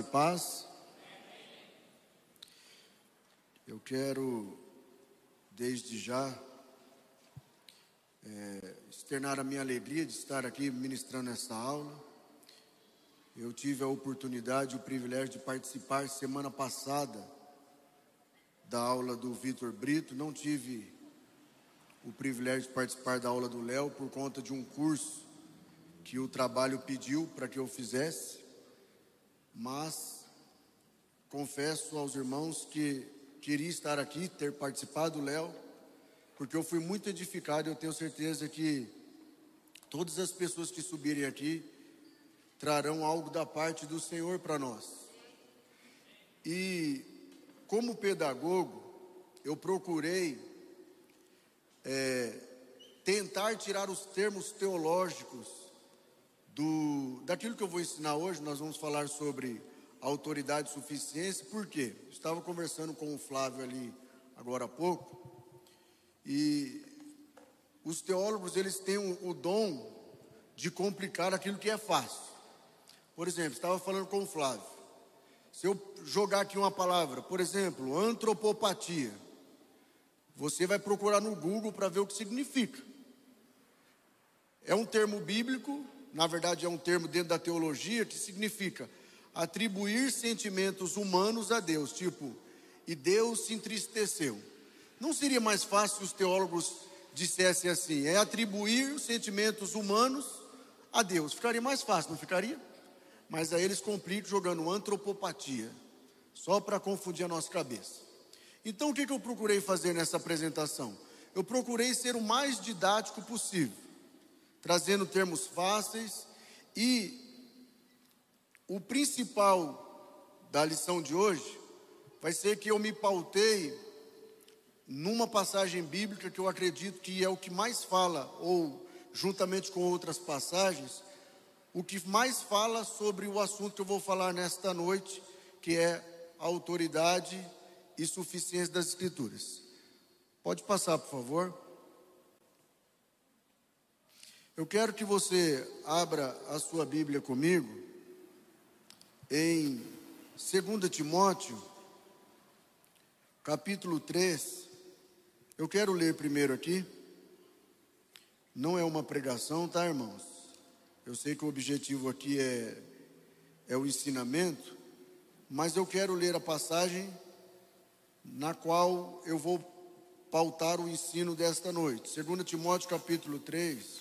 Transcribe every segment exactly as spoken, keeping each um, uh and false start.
paz. Eu quero, desde já, é, externar a minha alegria de estar aqui ministrando essa aula. Eu tive a oportunidade, o privilégio de participar semana passada da aula do Vitor Brito. Não tive o privilégio de participar da aula do Léo por conta de um curso que o trabalho pediu para que eu fizesse, mas confesso aos irmãos que queria estar aqui, ter participado do Léo, porque eu fui muito edificado. Eu tenho certeza que todas as pessoas que subirem aqui trarão algo da parte do Senhor para nós. E como pedagogo, eu procurei é, tentar tirar os termos teológicos do, daquilo que eu vou ensinar hoje. Nós vamos falar sobre autoridade e suficiência. Por quê? Estava conversando com o Flávio ali agora há pouco, e os teólogos, eles têm o, o dom de complicar aquilo que é fácil. Por exemplo, estava falando com o Flávio, se eu jogar aqui uma palavra, por exemplo, antropopatia, você vai procurar no Google para ver o que significa. É um termo bíblico, na verdade é um termo dentro da teologia, que significa atribuir sentimentos humanos a Deus, tipo, e Deus se entristeceu. Não seria mais fácil se os teólogos dissessem assim, é atribuir os sentimentos humanos a Deus? Ficaria mais fácil, não ficaria? Mas aí eles complicam jogando antropopatia, só para confundir a nossa cabeça. Então o que, que eu procurei fazer nessa apresentação? Eu procurei ser o mais didático possível, trazendo termos fáceis, e o principal da lição de hoje vai ser que eu me pautei numa passagem bíblica que eu acredito que é o que mais fala, ou juntamente com outras passagens, o que mais fala sobre o assunto que eu vou falar nesta noite, que é a autoridade e suficiência das Escrituras. Pode passar, por favor. Eu quero que você abra a sua Bíblia comigo em dois Timóteo, capítulo três. Eu quero ler primeiro aqui. Não é uma pregação, tá, irmãos? Eu sei que o objetivo aqui é, é o ensinamento, mas eu quero ler a passagem na qual eu vou pautar o ensino desta noite. dois Timóteo, capítulo três,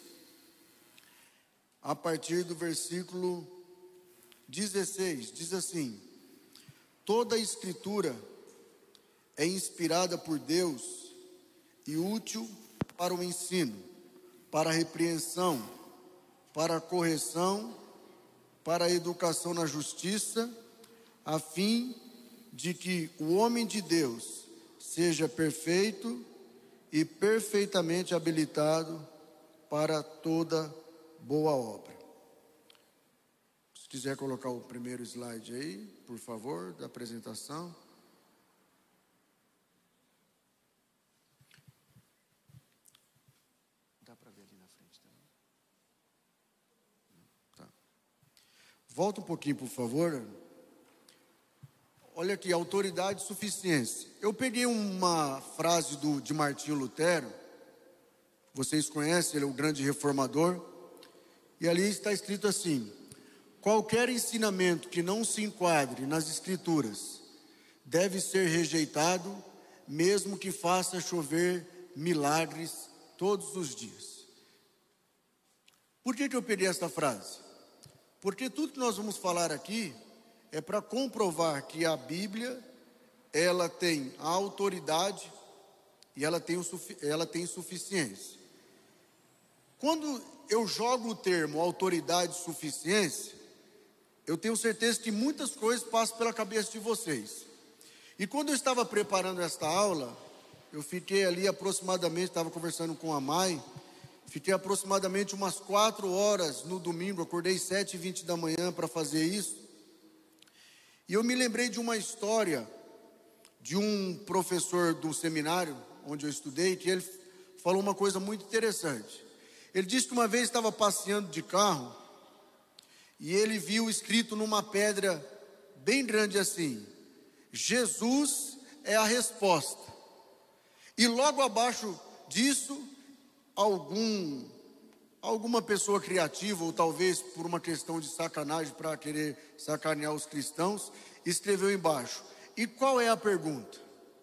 a partir do versículo dezesseis, diz assim: toda a Escritura é inspirada por Deus e útil para o ensino, para a repreensão, para a correção, para a educação na justiça, a fim de que o homem de Deus seja perfeito e perfeitamente habilitado para toda boa obra. Se quiser colocar o primeiro slide aí, por favor, da apresentação. Dá para ver ali na frente também? Tá. Volta um pouquinho, por favor. Olha aqui, autoridade e suficiência. Eu peguei uma frase do, de Martinho Lutero. Vocês conhecem, ele é o grande reformador. E ali está escrito assim: qualquer ensinamento que não se enquadre nas Escrituras deve ser rejeitado, mesmo que faça chover milagres todos os dias. Por que que eu peguei esta frase? Porque tudo que nós vamos falar aqui é para comprovar que a Bíblia, ela tem a autoridade e ela tem, o, ela tem suficiência. Quando eu jogo o termo autoridade e suficiência, eu tenho certeza que muitas coisas passam pela cabeça de vocês. E quando eu estava preparando esta aula, eu fiquei ali aproximadamente, estava conversando com a Mai, fiquei aproximadamente umas quatro horas no domingo, acordei sete e vinte da manhã para fazer isso. E eu me lembrei de uma história de um professor do seminário onde eu estudei, que ele falou uma coisa muito interessante. Ele disse que uma vez estava passeando de carro e ele viu escrito numa pedra bem grande assim: Jesus é a resposta. E logo abaixo disso, algum, alguma pessoa criativa, ou talvez por uma questão de sacanagem, para querer sacanear os cristãos, escreveu embaixo: e qual é a pergunta?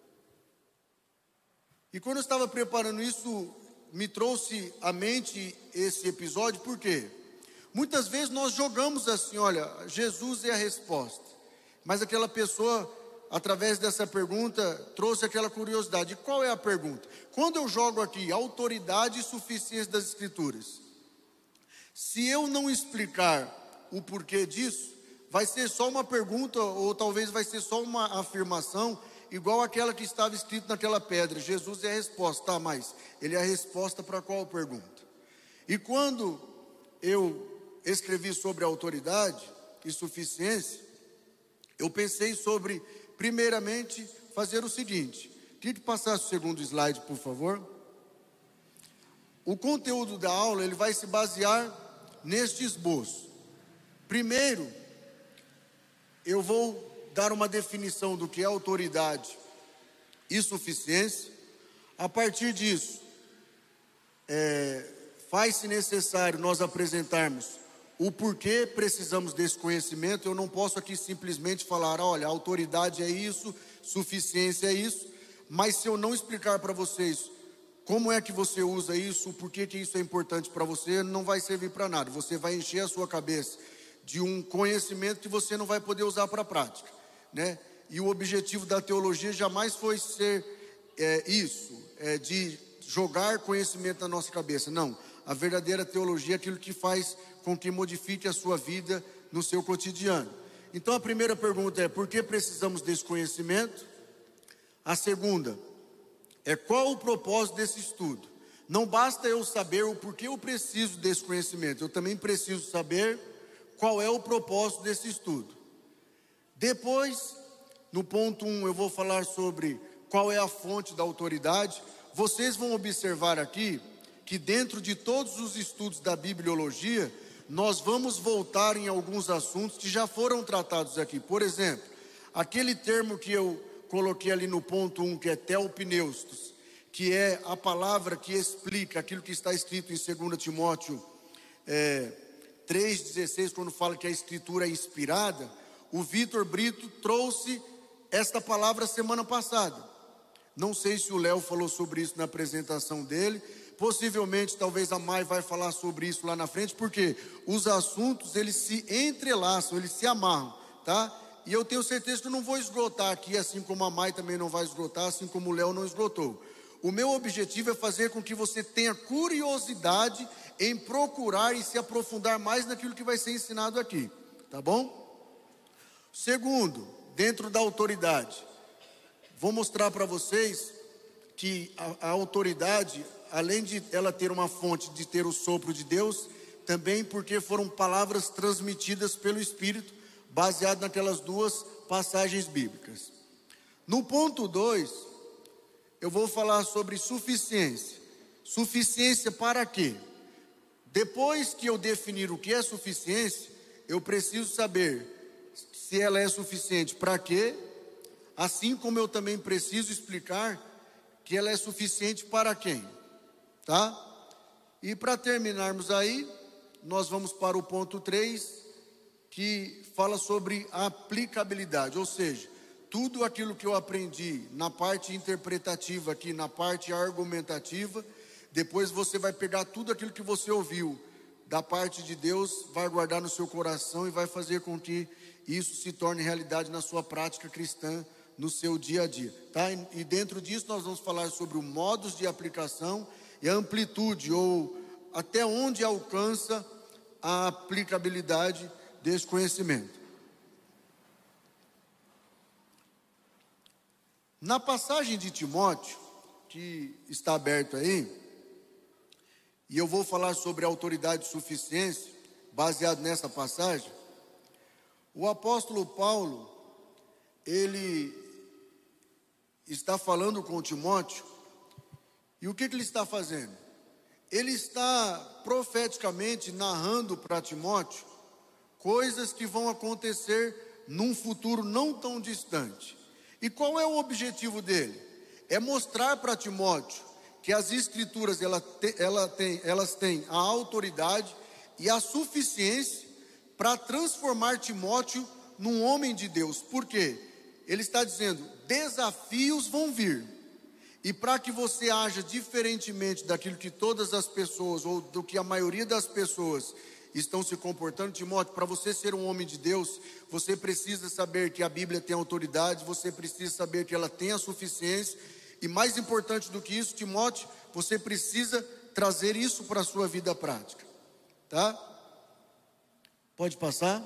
E quando eu estava preparando isso, me trouxe à mente esse episódio, por quê? Muitas vezes nós jogamos assim: olha, Jesus é a resposta. Mas aquela pessoa, através dessa pergunta, trouxe aquela curiosidade: qual é a pergunta? Quando eu jogo aqui autoridade e suficiência das Escrituras, se eu não explicar o porquê disso, vai ser só uma pergunta, ou talvez vai ser só uma afirmação, igual aquela que estava escrito naquela pedra: Jesus é a resposta. Tá, mas ele é a resposta para qual pergunta? E quando eu escrevi sobre autoridade e suficiência, eu pensei sobre, primeiramente, fazer o seguinte. Queria que passasse o segundo slide, por favor. O conteúdo da aula, ele vai se basear neste esboço. Primeiro, eu vou dar uma definição do que é autoridade e suficiência. A partir disso, é, faz-se necessário nós apresentarmos o porquê precisamos desse conhecimento. Eu não posso aqui simplesmente falar: olha, autoridade é isso, suficiência é isso, mas se eu não explicar para vocês como é que você usa isso, o porquê que isso é importante para você, não vai servir para nada. Você vai encher a sua cabeça de um conhecimento que você não vai poder usar para a prática, né? E o objetivo da teologia jamais foi ser é, isso, é, de jogar conhecimento na nossa cabeça. Não, a verdadeira teologia é aquilo que faz com que modifique a sua vida no seu cotidiano. Então a primeira pergunta é: por que precisamos desse conhecimento? A segunda é: qual o propósito desse estudo? Não basta eu saber o porquê eu preciso desse conhecimento, eu também preciso saber qual é o propósito desse estudo. Depois, no ponto um, eu vou falar sobre qual é a fonte da autoridade. Vocês vão observar aqui que dentro de todos os estudos da bibliologia, nós vamos voltar em alguns assuntos que já foram tratados aqui. Por exemplo, aquele termo que eu coloquei ali no ponto um, que é teopneustos, que é a palavra que explica aquilo que está escrito em dois Timóteo é, três, dezesseis, quando fala que a escritura é inspirada. O Vitor Brito trouxe esta palavra semana passada. Não sei se o Léo falou sobre isso na apresentação dele. Possivelmente, talvez a Mai vai falar sobre isso lá na frente, porque os assuntos, eles se entrelaçam, eles se amarram, tá? E eu tenho certeza que eu não vou esgotar aqui, assim como a Mai também não vai esgotar, assim como o Léo não esgotou. O meu objetivo é fazer com que você tenha curiosidade em procurar e se aprofundar mais naquilo que vai ser ensinado aqui, tá bom? Segundo, dentro da autoridade, vou mostrar para vocês que a, a autoridade, além de ela ter uma fonte, de ter o sopro de Deus, também porque foram palavras transmitidas pelo Espírito, baseado naquelas duas passagens bíblicas. No ponto dois, eu vou falar sobre suficiência. Suficiência para quê? Depois que eu definir o que é suficiência, eu preciso saber se ela é suficiente para quê, assim como eu também preciso explicar que ela é suficiente para quem, tá? E para terminarmos aí, nós vamos para o ponto três, que fala sobre a aplicabilidade, ou seja, tudo aquilo que eu aprendi na parte interpretativa aqui, na parte argumentativa, depois você vai pegar tudo aquilo que você ouviu da parte de Deus, vai guardar no seu coração e vai fazer com que isso se torne realidade na sua prática cristã, no seu dia a dia, tá? E dentro disso nós vamos falar sobre o modos de aplicação e a amplitude, ou até onde alcança a aplicabilidade desse conhecimento. Na passagem de Timóteo, que está aberto aí, e eu vou falar sobre autoridade e suficiência, baseado nessa passagem, o apóstolo Paulo, ele está falando com Timóteo, e o que, que ele está fazendo? Ele está profeticamente narrando para Timóteo coisas que vão acontecer num futuro não tão distante. E qual é o objetivo dele? É mostrar para Timóteo que as Escrituras ela te, ela tem, elas têm a autoridade e a suficiência para transformar Timóteo num homem de Deus. Por quê? Ele está dizendo, desafios vão vir. E para que você haja diferentemente daquilo que todas as pessoas, ou do que a maioria das pessoas estão se comportando, Timóteo, para você ser um homem de Deus, você precisa saber que a Bíblia tem autoridade, você precisa saber que ela tem a suficiência, e mais importante do que isso, Timóteo, você precisa trazer isso para a sua vida prática, tá? Pode passar?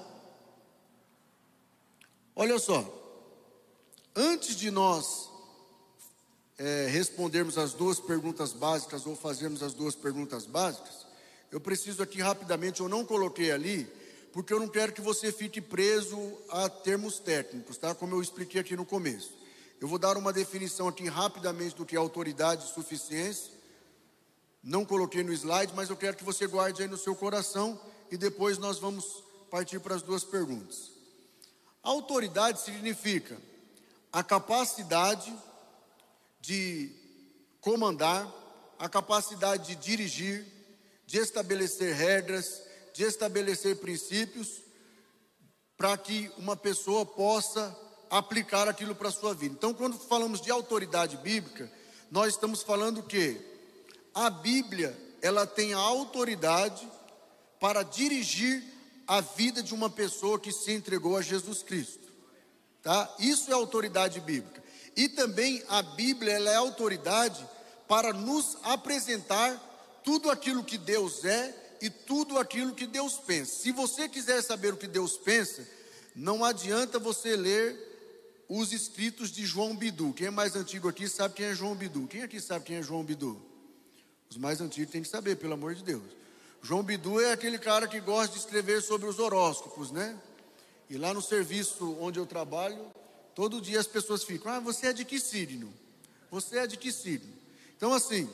Olha só, antes de nós é, respondermos as duas perguntas básicas, ou fazermos as duas perguntas básicas, eu preciso aqui rapidamente, eu não coloquei ali, porque eu não quero que você fique preso a termos técnicos, tá? Como eu expliquei aqui no começo. Eu vou dar uma definição aqui rapidamente do que é autoridade e suficiência. Não coloquei no slide, mas eu quero que você guarde aí no seu coração e depois nós vamos partir para as duas perguntas. Autoridade significa a capacidade de comandar, a capacidade de dirigir, de estabelecer regras, de estabelecer princípios, para que uma pessoa possa aplicar aquilo para a sua vida. Então, quando falamos de autoridade bíblica, nós estamos falando que a Bíblia, ela tem a autoridade para dirigir a vida de uma pessoa que se entregou a Jesus Cristo, tá? Isso é autoridade bíblica. E também a Bíblia, ela é autoridade para nos apresentar tudo aquilo que Deus é e tudo aquilo que Deus pensa. Se você quiser saber o que Deus pensa, não adianta você ler os escritos de João Bidu. Quem é mais antigo aqui sabe quem é João Bidu. Quem aqui sabe quem é João Bidu? Os mais antigos têm que saber, pelo amor de Deus. João Bidu é aquele cara que gosta de escrever sobre os horóscopos, né? E lá no serviço onde eu trabalho, todo dia as pessoas ficam, ah, você é de que signo? Você é de que signo? Então assim,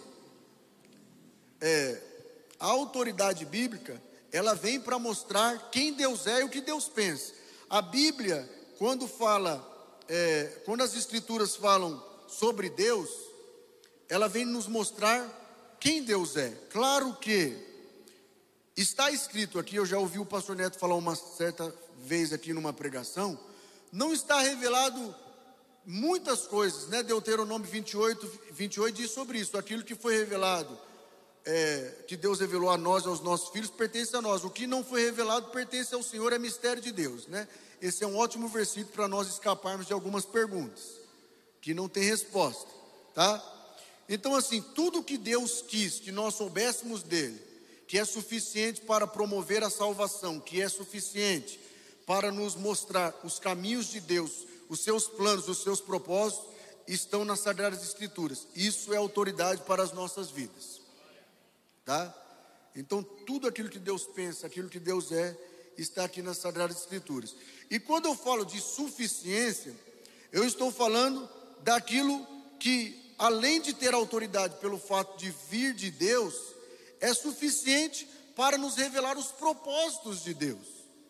é, a autoridade bíblica, ela vem para mostrar quem Deus é e o que Deus pensa. A Bíblia, quando fala, é, quando as Escrituras falam sobre Deus, ela vem nos mostrar quem Deus é. Claro que está escrito aqui, eu já ouvi o pastor Neto falar uma certa vez aqui numa pregação, não está revelado muitas coisas, né? Deuteronômio vinte e oito, vinte e oito diz sobre isso, aquilo que foi revelado, é, que Deus revelou a nós, aos nossos filhos, pertence a nós, o que não foi revelado pertence ao Senhor, é mistério de Deus, né? Esse é um ótimo versículo para nós escaparmos de algumas perguntas, que não tem resposta, tá? Então assim, tudo que Deus quis que nós soubéssemos dele, que é suficiente para promover a salvação, que é suficiente para nos mostrar os caminhos de Deus, os seus planos, os seus propósitos, estão nas Sagradas Escrituras. Isso é autoridade para as nossas vidas, tá? Então tudo aquilo que Deus pensa, aquilo que Deus é, está aqui nas Sagradas Escrituras. E quando eu falo de suficiência, eu estou falando daquilo que, além de ter autoridade pelo fato de vir de Deus, é suficiente para nos revelar os propósitos de Deus.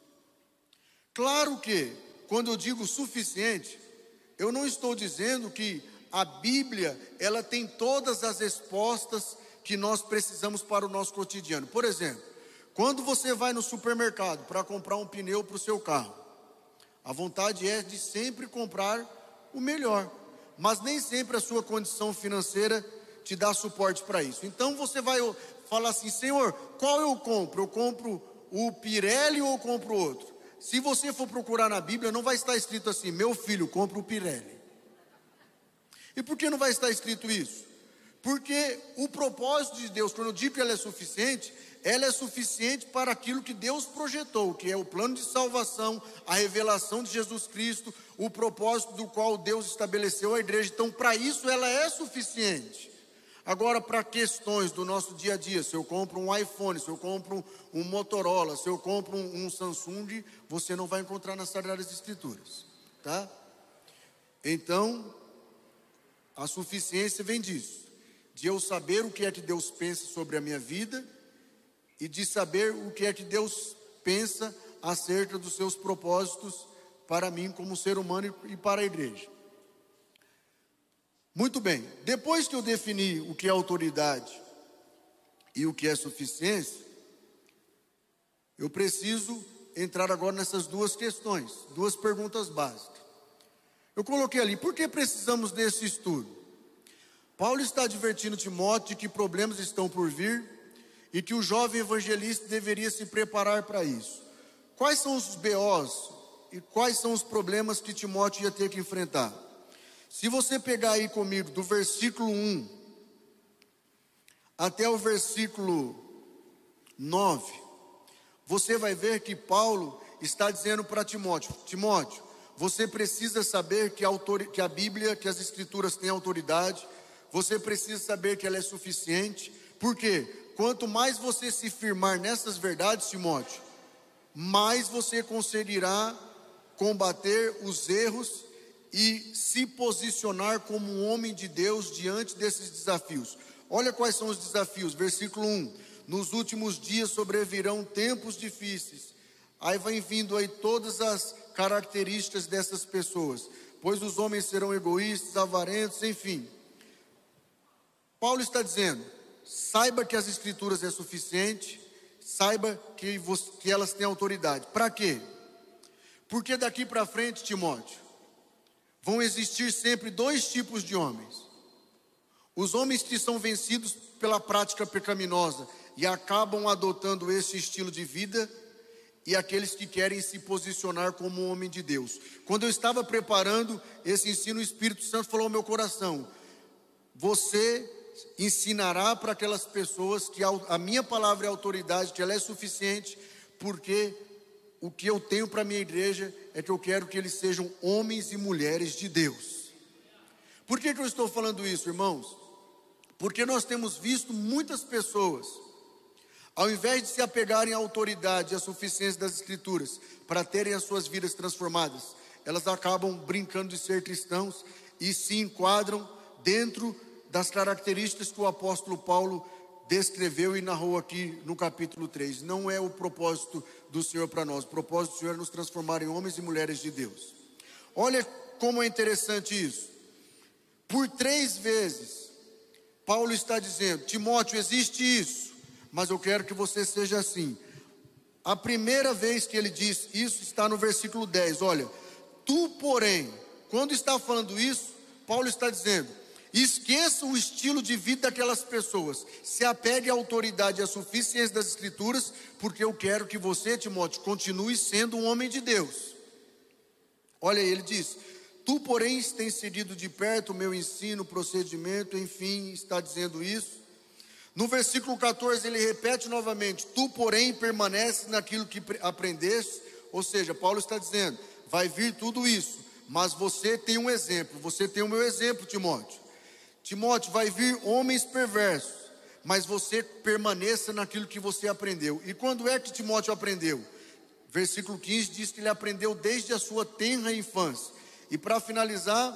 Claro que, quando eu digo suficiente, eu não estou dizendo que a Bíblia, ela tem todas as respostas que nós precisamos para o nosso cotidiano. Por exemplo, quando você vai no supermercado para comprar um pneu para o seu carro, a vontade é de sempre comprar o melhor, mas nem sempre a sua condição financeira te dá suporte para isso. Então você vai falar assim, Senhor, qual eu compro? Eu compro o Pirelli ou eu compro outro? Se você for procurar na Bíblia, não vai estar escrito assim, meu filho, compra o Pirelli. E por que não vai estar escrito isso? Porque o propósito de Deus, quando eu digo que ela é suficiente, ela é suficiente para aquilo que Deus projetou, que é o plano de salvação, a revelação de Jesus Cristo, o propósito do qual Deus estabeleceu a igreja. Então, para isso ela é suficiente. Agora, para questões do nosso dia a dia, se eu compro um iPhone, se eu compro um Motorola, se eu compro um, um Samsung, você não vai encontrar nas Sagradas Escrituras, tá? Então, a suficiência vem disso, de eu saber o que é que Deus pensa sobre a minha vida e de saber o que é que Deus pensa acerca dos seus propósitos para mim como ser humano e para a igreja. Muito bem, depois que eu defini o que é autoridade e o que é suficiência, eu preciso entrar agora nessas duas questões, duas perguntas básicas. Eu coloquei ali, por que precisamos desse estudo? Paulo está advertindo Timóteo de que problemas estão por vir e que o jovem evangelista deveria se preparar para isso. Quais são os B Os e quais são os problemas que Timóteo ia ter que enfrentar? Se você pegar aí comigo do versículo um até o versículo nove, você vai ver que Paulo está dizendo para Timóteo: Timóteo, você precisa saber que a, autor... que a Bíblia, que as Escrituras têm autoridade, você precisa saber que ela é suficiente, porque quanto mais você se firmar nessas verdades, Timóteo, mais você conseguirá combater os erros e se posicionar como um homem de Deus diante desses desafios. Olha quais são os desafios, versículo um: nos últimos dias sobrevirão tempos difíceis. Aí vai vindo aí todas as características dessas pessoas, pois os homens serão egoístas, avarentos, enfim. Paulo está dizendo, saiba que as Escrituras é suficiente, saiba que, você, que elas têm autoridade. Para quê? Porque daqui para frente, Timóteo, vão existir sempre dois tipos de homens. Os homens que são vencidos pela prática pecaminosa e acabam adotando esse estilo de vida, e aqueles que querem se posicionar como um homem de Deus. Quando eu estava preparando esse ensino, o Espírito Santo falou ao meu coração: você ensinará para aquelas pessoas que a minha palavra é autoridade, que ela é suficiente, porque o que eu tenho para a minha igreja é que eu quero que eles sejam homens e mulheres de Deus. Por que que eu estou falando isso, irmãos? Porque nós temos visto muitas pessoas, ao invés de se apegarem à autoridade e à suficiência das Escrituras para terem as suas vidas transformadas, elas acabam brincando de ser cristãos e se enquadram dentro das características que o apóstolo Paulo descreveu e narrou aqui no capítulo três. Não é o propósito do Senhor para nós. O propósito do Senhor é nos transformar em homens e mulheres de Deus. Olha como é interessante isso. Por três vezes, Paulo está dizendo: Timóteo, existe isso, mas eu quero que você seja assim. A primeira vez que ele diz isso está no versículo dez. Olha, tu porém, quando está falando isso, Paulo está dizendo: esqueça o estilo de vida daquelas pessoas, se apegue à autoridade e à suficiência das Escrituras, porque eu quero que você, Timóteo, continue sendo um homem de Deus. Olha aí, ele diz: tu porém tens seguido de perto o meu ensino, procedimento, enfim, está dizendo isso. No versículo catorze ele repete novamente: tu porém permaneces naquilo que aprendeste. Ou seja, Paulo está dizendo, vai vir tudo isso, mas você tem um exemplo, você tem o meu exemplo, Timóteo. Timóteo, vai vir homens perversos, mas você permaneça naquilo que você aprendeu. E quando é que Timóteo aprendeu? Versículo quinze diz que ele aprendeu desde a sua tenra infância. E para finalizar,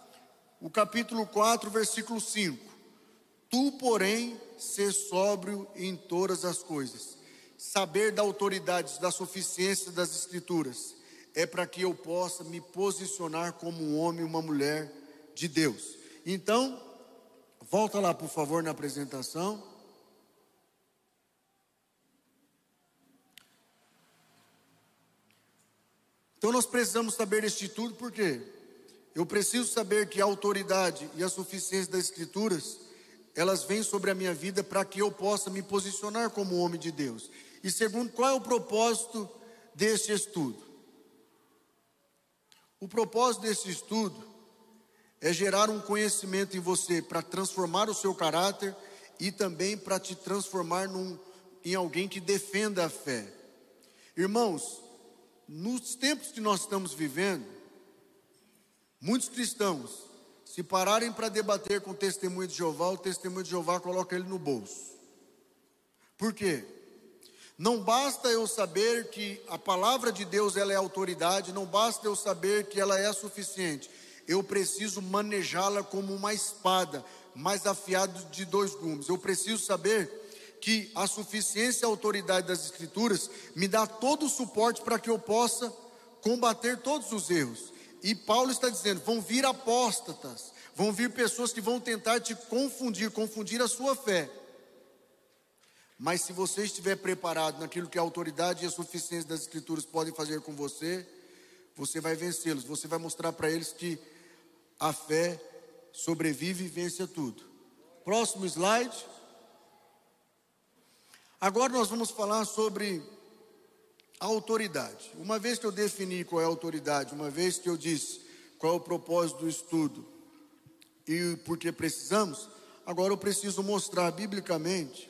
o capítulo quatro, versículo cinco: tu, porém, ser sóbrio em todas as coisas. Saber da autoridade, da suficiência das Escrituras, é para que eu possa me posicionar como um homem e uma mulher de Deus. Então, volta lá, por favor, na apresentação. Então nós precisamos saber este tudo, porque eu preciso saber que a autoridade e a suficiência das Escrituras, elas vêm sobre a minha vida para que eu possa me posicionar como homem de Deus. E segundo, qual é o propósito deste estudo? O propósito desse estudo é gerar um conhecimento em você para transformar o seu caráter e também para te transformar num, em alguém que defenda a fé. Irmãos, nos tempos que nós estamos vivendo, muitos cristãos, se pararem para debater com o testemunho de Jeová, o testemunho de Jeová coloca ele no bolso. Por quê? Não basta eu saber que a palavra de Deus ela é autoridade, não basta eu saber que ela é suficiente. Eu preciso manejá-la como uma espada, mais afiada de dois gumes. Eu preciso saber que a suficiência e a autoridade das Escrituras me dá todo o suporte para que eu possa combater todos os erros. E Paulo está dizendo, vão vir apóstatas, vão vir pessoas que vão tentar te confundir, confundir a sua fé. Mas se você estiver preparado naquilo que a autoridade e a suficiência das Escrituras podem fazer com você, você vai vencê-los, você vai mostrar para eles que a fé sobrevive e vence a tudo. Próximo slide. Agora nós vamos falar sobre a autoridade. Uma vez que eu defini qual é a autoridade, uma vez que eu disse qual é o propósito do estudo e por que precisamos, agora eu preciso mostrar biblicamente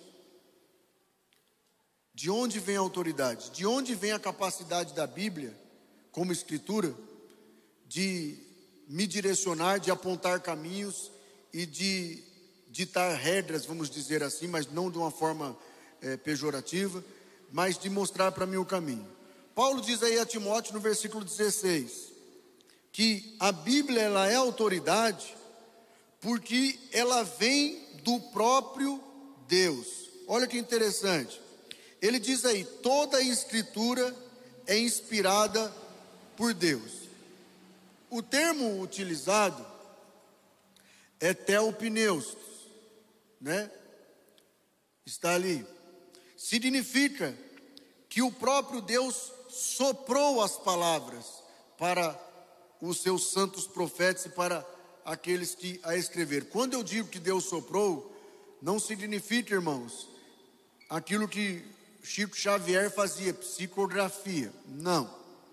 de onde vem a autoridade, de onde vem a capacidade da Bíblia, como escritura, de me direcionar, de apontar caminhos e de ditar regras, vamos dizer assim, mas não de uma forma é, pejorativa, mas de mostrar para mim o caminho. Paulo diz aí a Timóteo no versículo dezesseis, que a Bíblia ela é autoridade porque ela vem do próprio Deus. Olha que interessante. Ele diz aí, toda a escritura é inspirada por Deus. O termo utilizado é theopneustos, né? Está ali. Significa que o próprio Deus soprou as palavras para os seus santos profetas e para aqueles que a escreveram. Quando eu digo que Deus soprou, não significa, irmãos, aquilo que Chico Xavier fazia, psicografia. Não.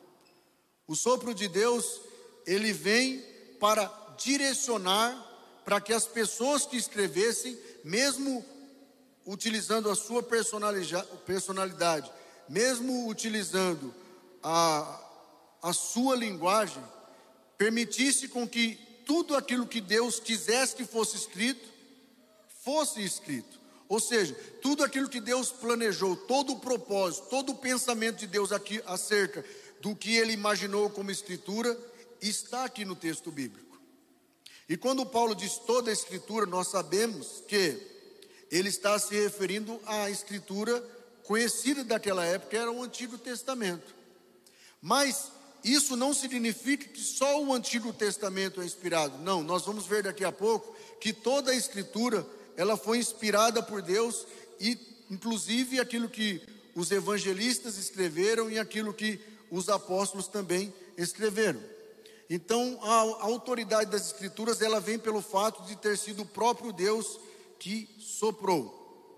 O sopro de Deus, ele vem para direcionar, para que as pessoas que escrevessem, mesmo utilizando a sua personalidade, mesmo utilizando a, a sua linguagem, permitisse com que tudo aquilo que Deus quisesse que fosse escrito, fosse escrito. Ou seja, tudo aquilo que Deus planejou, todo o propósito, todo o pensamento de Deus aqui acerca do que Ele imaginou como escritura, está aqui no texto bíblico. E quando Paulo diz toda a escritura, nós sabemos que ele está se referindo à escritura conhecida daquela época, que era o Antigo Testamento. Mas isso não significa que só o Antigo Testamento é inspirado. Não, nós vamos ver daqui a pouco que toda a escritura ela foi inspirada por Deus, e inclusive aquilo que os evangelistas escreveram e aquilo que os apóstolos também escreveram. Então a autoridade das escrituras ela vem pelo fato de ter sido o próprio Deus que soprou.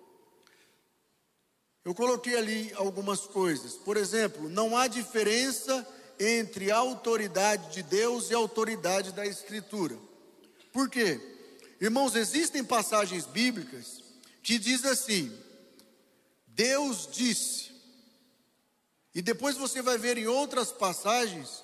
Eu coloquei ali algumas coisas. Por exemplo, não há diferença entre a autoridade de Deus e a autoridade da escritura. Por quê? Irmãos, existem passagens bíblicas que diz assim: Deus disse. E depois você vai ver em outras passagens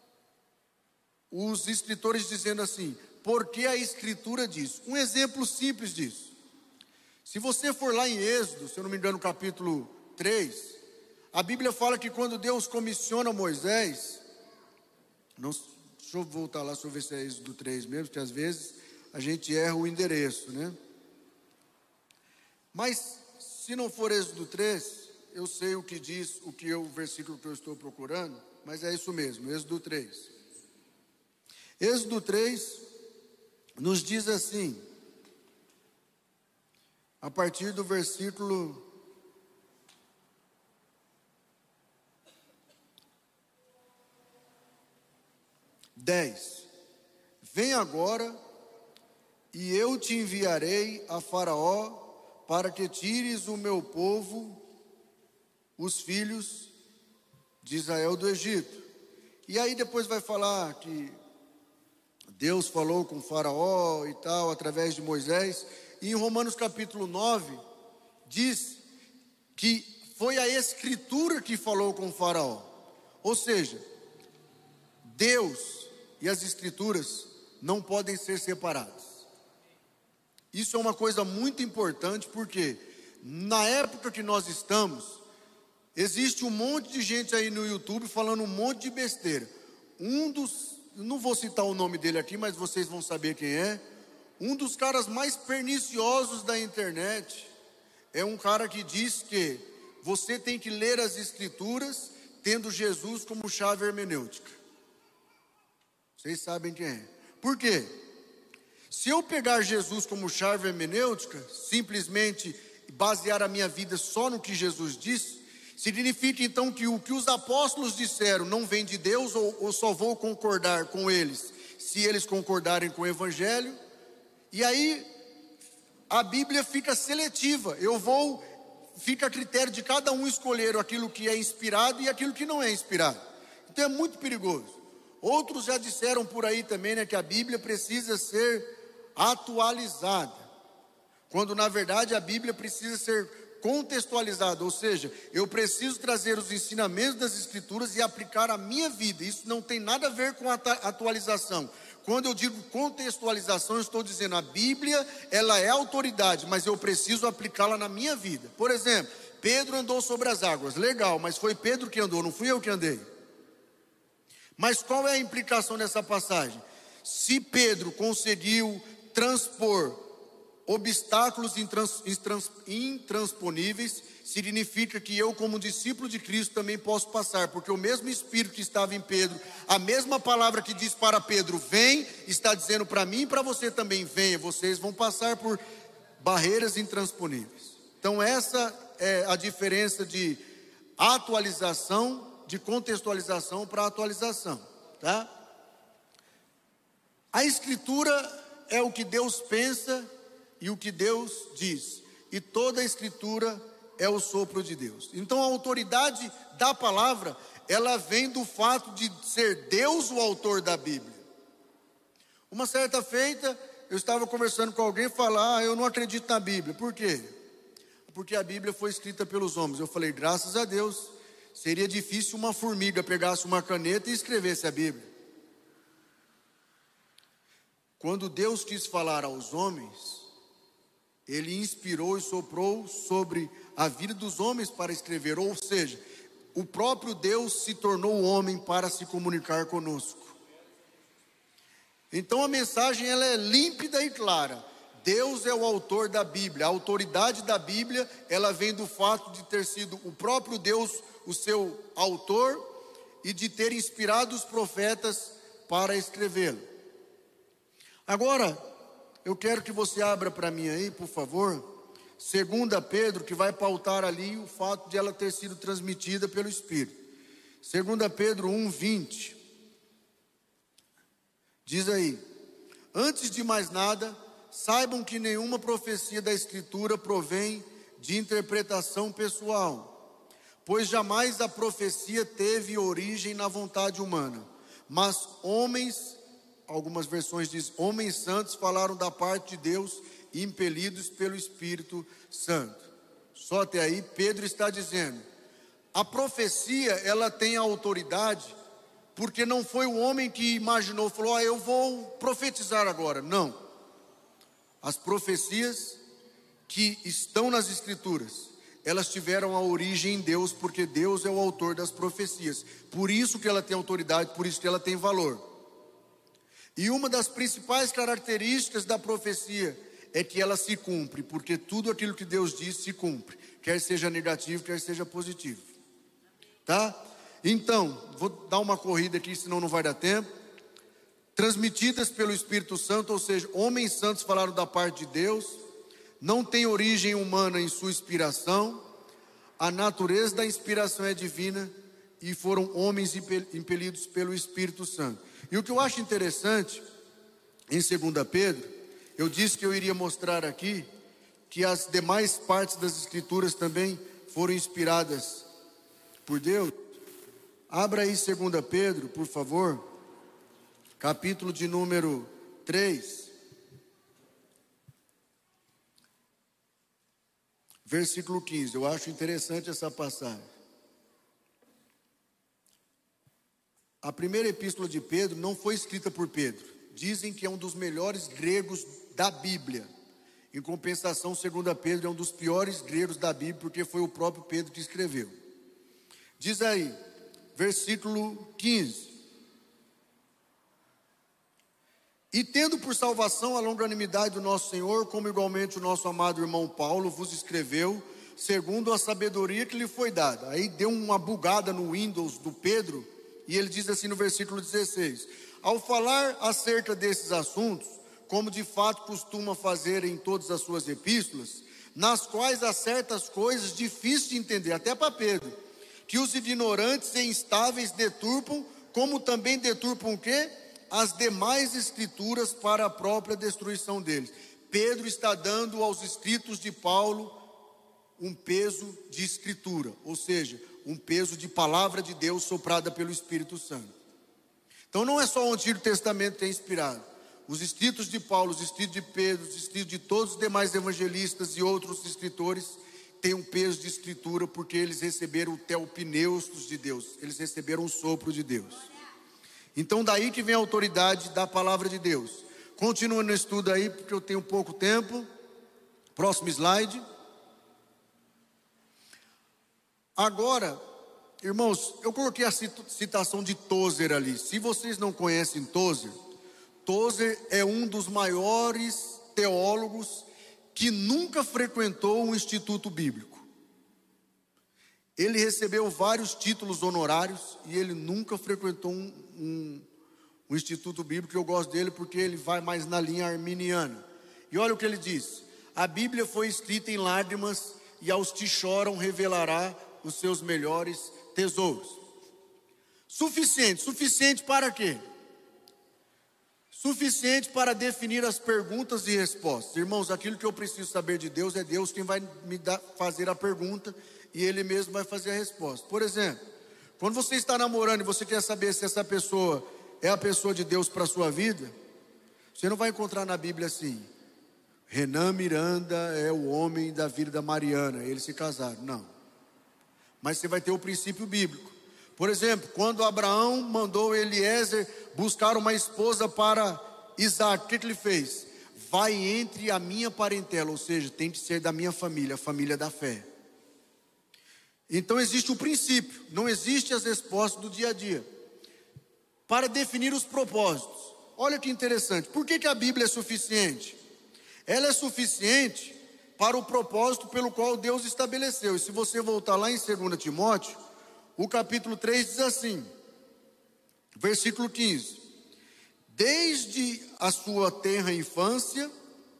os escritores dizendo assim, porque a escritura diz. Um exemplo simples disso. Se você for lá em Êxodo, se eu não me engano, capítulo três, a Bíblia fala que quando Deus comissiona Moisés, não, deixa eu voltar lá, deixa eu ver se é Êxodo três mesmo, porque às vezes a gente erra o endereço, né? Mas se não for Êxodo três, eu sei o que diz, o que é o versículo que eu estou procurando, mas é isso mesmo, Êxodo três. Êxodo três nos diz assim, a partir do versículo dez. Vem agora, e eu te enviarei a Faraó, para que tires o meu povo, os filhos de Israel do Egito. E aí depois vai falar que Deus falou com Faraó e tal, através de Moisés. E em Romanos capítulo nove, diz que foi a escritura que falou com Faraó. Ou seja, Deus e as escrituras não podem ser separadas. Isso é uma coisa muito importante, porque na época que nós estamos, existe um monte de gente aí no YouTube falando um monte de besteira. Um dos, não vou citar o nome dele aqui, mas vocês vão saber quem é. Um dos caras mais perniciosos da internet é um cara que diz que você tem que ler as escrituras, tendo Jesus como chave hermenêutica. Vocês sabem quem é. Por quê? Se eu pegar Jesus como chave hermenêutica, simplesmente basear a minha vida só no que Jesus disse, significa então que o que os apóstolos disseram não vem de Deus, ou, ou só vou concordar com eles se eles concordarem com o Evangelho. E aí a Bíblia fica seletiva. Eu vou, fica a critério de cada um escolher aquilo que é inspirado e aquilo que não é inspirado. Então é muito perigoso. Outros já disseram por aí também, né, que a Bíblia precisa ser atualizada, quando na verdade a Bíblia precisa ser contextualizada, ou seja, eu preciso trazer os ensinamentos das Escrituras e aplicar à minha vida. Isso não tem nada a ver com a atualização. Quando eu digo contextualização, eu estou dizendo a Bíblia, ela é autoridade, mas eu preciso aplicá-la na minha vida. Por exemplo, Pedro andou sobre as águas, legal, mas foi Pedro que andou, não fui eu que andei. Mas qual é a implicação dessa passagem? Se Pedro conseguiu transpor obstáculos intrans, intrans, intransponíveis, significa que eu, como discípulo de Cristo, também posso passar, porque o mesmo Espírito que estava em Pedro, a mesma palavra que diz para Pedro, vem, está dizendo para mim e para você também, venha, vocês vão passar por barreiras intransponíveis. Então essa é a diferença de atualização, de contextualização para atualização, tá? A Escritura é o que Deus pensa e o que Deus diz, e toda a Escritura é o sopro de Deus. Então a autoridade da palavra, ela vem do fato de ser Deus o autor da Bíblia. Uma certa feita, eu estava conversando com alguém e falar, ah, eu não acredito na Bíblia. Por quê? Porque a Bíblia foi escrita pelos homens. Eu falei, graças a Deus, seria difícil uma formiga pegasse uma caneta e escrevesse a Bíblia. Quando Deus quis falar aos homens, Ele inspirou e soprou sobre a vida dos homens para escrever. Ou seja, o próprio Deus se tornou homem para se comunicar conosco. Então a mensagem ela é límpida e clara. Deus é o autor da Bíblia. A autoridade da Bíblia, ela vem do fato de ter sido o próprio Deus o seu autor e de ter inspirado os profetas para escrevê-lo. Agora, eu quero que você abra para mim aí, por favor, Segunda Pedro, que vai pautar ali o fato de ela ter sido transmitida pelo Espírito. Segunda Pedro um, vinte. Diz aí, antes de mais nada, saibam que nenhuma profecia da Escritura provém de interpretação pessoal, pois jamais a profecia teve origem na vontade humana, mas homens, algumas versões dizem, homens santos falaram da parte de Deus, impelidos pelo Espírito Santo. Só até aí Pedro está dizendo, a profecia ela tem autoridade, porque não foi o homem que imaginou, falou, ah, eu vou profetizar agora. Não. As profecias que estão nas Escrituras, elas tiveram a origem em Deus, porque Deus é o autor das profecias. Por isso que ela tem autoridade, por isso que ela tem valor. E uma das principais características da profecia é que ela se cumpre, porque tudo aquilo que Deus diz se cumpre, quer seja negativo, quer seja positivo. Tá? Então, vou dar uma corrida aqui, senão não vai dar tempo. Transmitidas pelo Espírito Santo, ou seja, homens santos falaram da parte de Deus, não tem origem humana em sua inspiração, a natureza da inspiração é divina e foram homens impelidos pelo Espírito Santo. E o que eu acho interessante, em Segunda Pedro, eu disse que eu iria mostrar aqui que as demais partes das Escrituras também foram inspiradas por Deus. Abra aí Segunda Pedro, por favor, capítulo de número três, versículo quinze. Eu acho interessante essa passagem. A primeira epístola de Pedro não foi escrita por Pedro. Dizem que é um dos melhores gregos da Bíblia. Em compensação, Segunda Pedro é um dos piores gregos da Bíblia, porque foi o próprio Pedro que escreveu. Diz aí, versículo quinze. E tendo por salvação a longanimidade do nosso Senhor, como igualmente o nosso amado irmão Paulo vos escreveu, segundo a sabedoria que lhe foi dada. Aí deu uma bugada no Windows do Pedro, e ele diz assim no versículo dezesseis: ao falar acerca desses assuntos, como de fato costuma fazer em todas as suas epístolas, nas quais há certas coisas difíceis de entender, até para Pedro, que os ignorantes e instáveis deturpam, como também deturpam o quê? As demais escrituras para a própria destruição deles. Pedro está dando aos escritos de Paulo um peso de escritura, ou seja, um peso de palavra de Deus soprada pelo Espírito Santo. Então não é só o Antigo Testamento que é inspirado. Os escritos de Paulo, os escritos de Pedro, os escritos de todos os demais evangelistas e outros escritores têm um peso de escritura, porque eles receberam o teopneustos de Deus, eles receberam o sopro de Deus. Então daí que vem a autoridade da palavra de Deus. Continua no estudo aí, porque eu tenho pouco tempo. Próximo slide. Agora, irmãos, eu coloquei a citação de Tozer ali. Se vocês não conhecem Tozer, Tozer é um dos maiores teólogos que nunca frequentou um instituto bíblico. Ele recebeu vários títulos honorários e ele nunca frequentou um, um, um instituto bíblico. Eu gosto dele porque ele vai mais na linha arminiana. E olha o que ele diz: a Bíblia foi escrita em lágrimas, e aos que choram revelará os seus melhores tesouros. Suficiente, suficiente para quê? Suficiente para definir as perguntas e respostas. Irmãos, aquilo que eu preciso saber de Deus, é Deus quem vai me dar, fazer a pergunta, e Ele mesmo vai fazer a resposta. Por exemplo, quando você está namorando e você quer saber se essa pessoa é a pessoa de Deus para a sua vida, você não vai encontrar na Bíblia assim: Renan Miranda é o homem da vida da Mariana, eles se casaram. Não. Mas você vai ter o princípio bíblico. Por exemplo, quando Abraão mandou Eliezer buscar uma esposa para Isaac, o que, que ele fez? Vai entre a minha parentela, ou seja, tem que ser da minha família, a família da fé. Então existe o princípio, não existe as respostas do dia a dia. Para definir os propósitos, olha que interessante, por que, que a Bíblia é suficiente? Ela é suficiente para o propósito pelo qual Deus estabeleceu. E se você voltar lá em dois Timóteo, o capítulo três diz assim, versículo quinze: desde a sua tenra infância,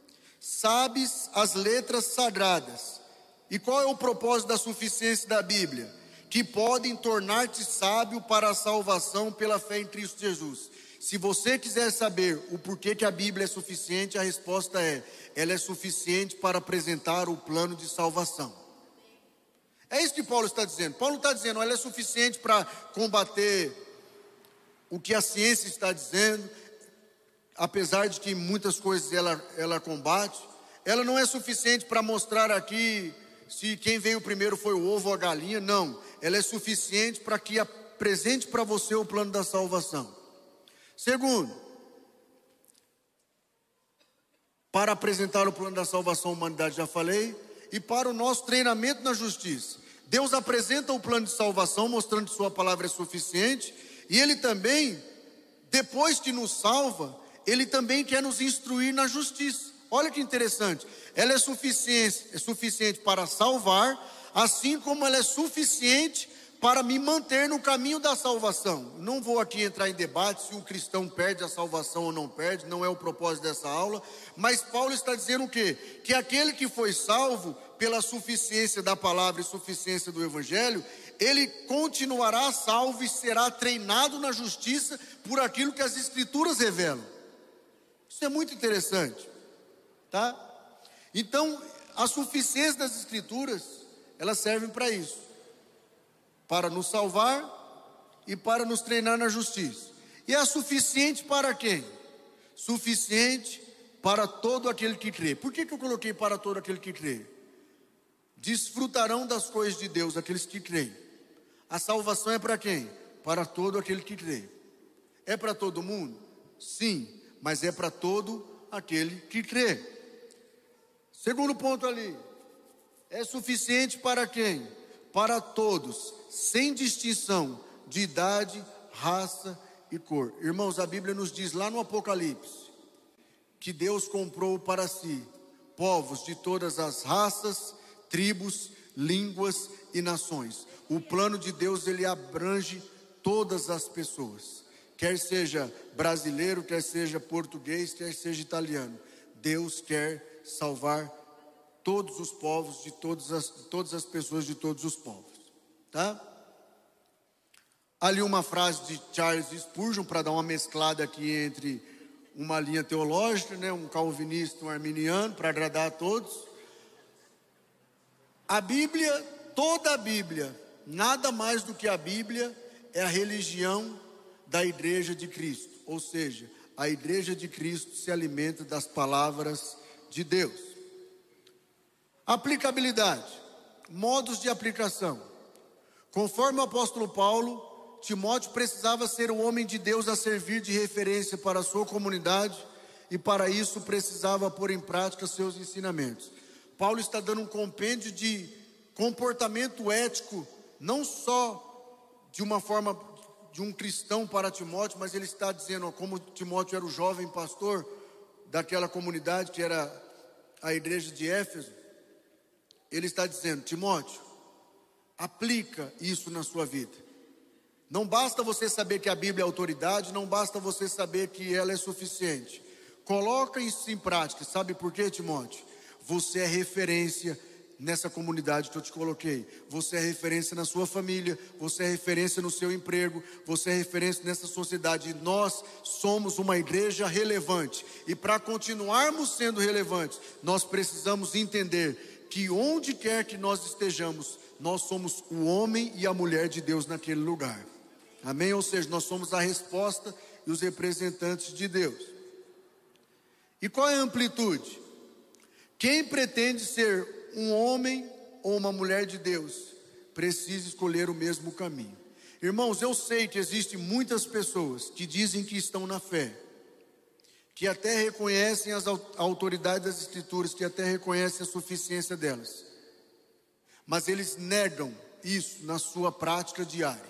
sabes as letras sagradas. E qual é o propósito da suficiência da Bíblia? Que podem tornar-te sábio para a salvação pela fé em Cristo Jesus. Se você quiser saber o porquê que a Bíblia é suficiente, a resposta é: ela é suficiente para apresentar o plano de salvação. É isso que Paulo está dizendo. Paulo está dizendo, ela é suficiente para combater o que a ciência está dizendo, apesar de que muitas coisas ela, ela combate. Ela não é suficiente para mostrar aqui se quem veio primeiro foi o ovo ou a galinha. Não, ela é suficiente para que apresente para você o plano da salvação. Segundo, para apresentar o plano da salvação à humanidade, já falei, e para o nosso treinamento na justiça. Deus apresenta o plano de salvação, mostrando que sua palavra é suficiente, e Ele também, depois que nos salva, Ele também quer nos instruir na justiça. Olha que interessante, ela é suficiente, é suficiente para salvar, assim como ela é suficiente para me manter no caminho da salvação. Não vou aqui entrar em debate se o cristão perde a salvação ou não perde, não é o propósito dessa aula, mas Paulo está dizendo o quê? Que aquele que foi salvo pela suficiência da palavra e suficiência do evangelho, ele continuará salvo e será treinado na justiça por aquilo que as escrituras revelam. Isso é muito interessante, tá? Então, a suficiência das escrituras, elas servem para isso, para nos salvar e para nos treinar na justiça. E é suficiente para quem? Suficiente para todo aquele que crê. Por que que eu coloquei para todo aquele que crê? Desfrutarão das coisas de Deus aqueles que creem. A salvação é para quem? Para todo aquele que crê. É para todo mundo? Sim, mas é para todo aquele que crê. Segundo ponto ali, é suficiente para quem? Para todos, sem distinção de idade, raça e cor. Irmãos, a Bíblia nos diz lá no Apocalipse que Deus comprou para si povos de todas as raças, tribos, línguas e nações. O plano de Deus, ele abrange todas as pessoas, quer seja brasileiro, quer seja português, quer seja italiano. Deus quer salvar todos os povos, de todas as, todas as pessoas de todos os povos, tá? Ali uma frase de Charles Spurgeon, para dar uma mesclada aqui entre uma linha teológica, né, um calvinista, um arminiano, para agradar a todos. A Bíblia, toda a Bíblia, nada mais do que a Bíblia, é a religião da Igreja de Cristo. Ou seja, a Igreja de Cristo se alimenta das palavras de Deus. Aplicabilidade, modos de aplicação. Conforme o apóstolo Paulo, Timóteo precisava ser o homem de Deus a servir de referência para a sua comunidade, e para isso precisava pôr em prática seus ensinamentos. Paulo está dando um compêndio de comportamento ético, não só de uma forma de um cristão para Timóteo, mas ele está dizendo, ó, como Timóteo era o jovem pastor daquela comunidade que era a igreja de Éfeso, ele está dizendo: Timóteo, aplica isso na sua vida. Não basta você saber que a Bíblia é autoridade, não basta você saber que ela é suficiente. Coloca isso em prática. Sabe por quê, Timóteo? Você é referência nessa comunidade que eu te coloquei. Você é referência na sua família, você é referência no seu emprego, você é referência nessa sociedade. E nós somos uma igreja relevante. E para continuarmos sendo relevantes, nós precisamos entender que onde quer que nós estejamos, nós somos o homem e a mulher de Deus naquele lugar. Amém? Ou seja, nós somos a resposta e os representantes de Deus. E qual é a amplitude? Quem pretende ser um homem ou uma mulher de Deus, precisa escolher o mesmo caminho. Irmãos, eu sei que existem muitas pessoas que dizem que estão na fé, que até reconhecem as autoridades das Escrituras, que até reconhecem a suficiência delas, mas eles negam isso na sua prática diária.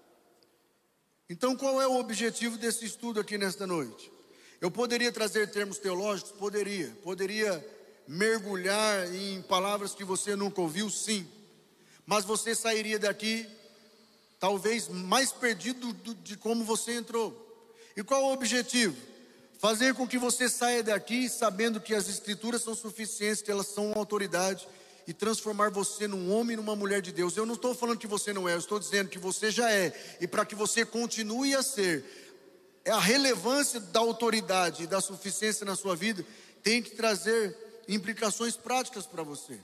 Então, qual é o objetivo desse estudo aqui nesta noite? Eu poderia trazer termos teológicos? Poderia. Poderia mergulhar em palavras que você nunca ouviu? Sim. Mas você sairia daqui talvez mais perdido do, de como você entrou. E qual é o objetivo? Fazer com que você saia daqui sabendo que as Escrituras são suficientes, que elas são uma autoridade, e transformar você num homem e numa mulher de Deus. Eu não estou falando que você não é, eu estou dizendo que você já é. E para que você continue a ser, a relevância da autoridade e da suficiência na sua vida tem que trazer implicações práticas para você.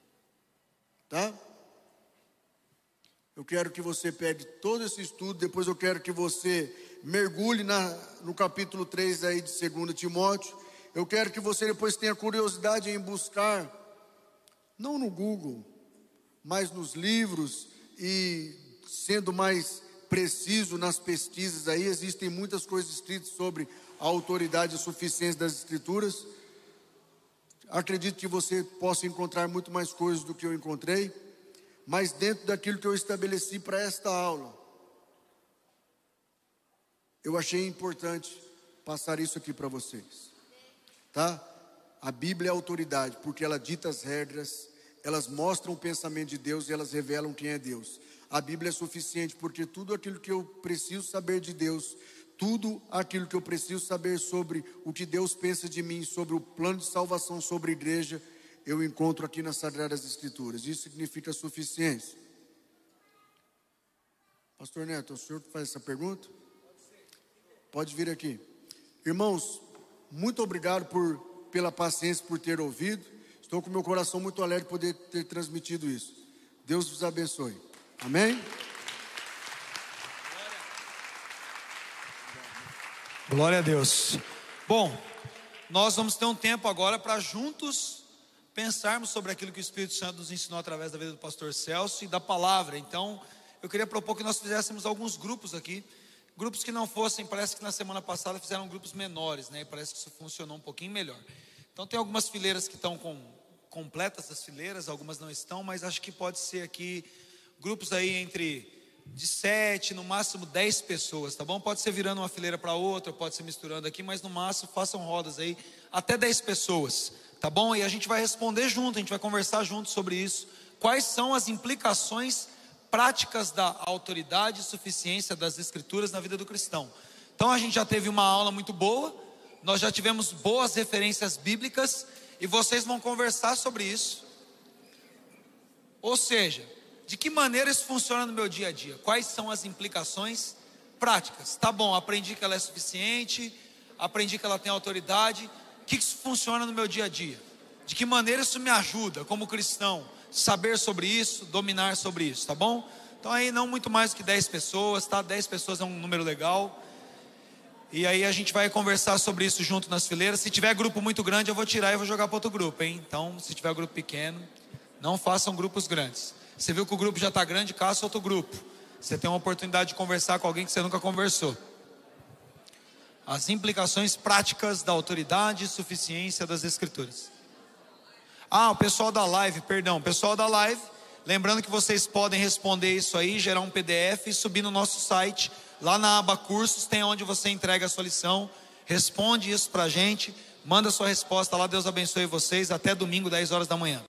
Tá? Eu quero que você pegue todo esse estudo, depois eu quero que você mergulhe na, no capítulo três aí de Segundo Timóteo. Eu quero que você depois tenha curiosidade em buscar, não no Google, mas nos livros, e sendo mais preciso nas pesquisas aí, existem muitas coisas escritas sobre a autoridade e a suficiência das Escrituras. Acredito que você possa encontrar muito mais coisas do que eu encontrei, mas dentro daquilo que eu estabeleci para esta aula, eu achei importante passar isso aqui para vocês, tá? A Bíblia é autoridade, porque ela dita as regras, elas mostram o pensamento de Deus e elas revelam quem é Deus. A Bíblia é suficiente, porque tudo aquilo que eu preciso saber de Deus, tudo aquilo que eu preciso saber sobre o que Deus pensa de mim, sobre o plano de salvação, sobre a igreja, eu encontro aqui nas Sagradas Escrituras. Isso significa suficiência. Pastor Neto, o senhor faz essa pergunta? Pode vir aqui. Irmãos, muito obrigado por, pela paciência, por ter ouvido. Estou com meu coração muito alegre de poder ter transmitido isso. Deus vos abençoe. Amém? Glória a Deus. Bom, nós vamos ter um tempo agora para juntos pensarmos sobre aquilo que o Espírito Santo nos ensinou através da vida do pastor Celso e da palavra. Então, eu queria propor que nós fizéssemos alguns grupos aqui, grupos que não fossem, parece que na semana passada fizeram grupos menores, né? E parece que isso funcionou um pouquinho melhor. Então tem algumas fileiras que estão com, completas as fileiras, algumas não estão, mas acho que pode ser aqui grupos aí entre de sete, no máximo dez pessoas, tá bom? Pode ser virando uma fileira para outra, pode ser misturando aqui, mas no máximo façam rodas aí, até dez pessoas, tá bom? E a gente vai responder junto, a gente vai conversar junto sobre isso, quais são as implicações práticas da autoridade e suficiência das Escrituras na vida do cristão. Então a gente já teve uma aula muito boa, nós já tivemos boas referências bíblicas, e vocês vão conversar sobre isso. Ou seja, de que maneira isso funciona no meu dia a dia? Quais são as implicações práticas? Tá bom, aprendi que ela é suficiente, aprendi que ela tem autoridade. O que isso funciona no meu dia a dia? De que maneira isso me ajuda como cristão? Saber sobre isso, dominar sobre isso, tá bom? Então aí não muito mais do que dez pessoas, tá? dez pessoas é um número legal. E aí a gente vai conversar sobre isso junto nas fileiras. Se tiver grupo muito grande, eu vou tirar e vou jogar para outro grupo, hein? Então, se tiver grupo pequeno, não façam grupos grandes. Você viu que o grupo já está grande, caça outro grupo. Você tem uma oportunidade de conversar com alguém que você nunca conversou. As implicações práticas da autoridade e suficiência das Escrituras. Ah, o pessoal da live, perdão, pessoal da live, lembrando que vocês podem responder isso aí, gerar um P D F e subir no nosso site. Lá na aba cursos tem onde você entrega a sua lição, responde isso pra gente, manda sua resposta lá, Deus abençoe vocês, até domingo, dez horas da manhã.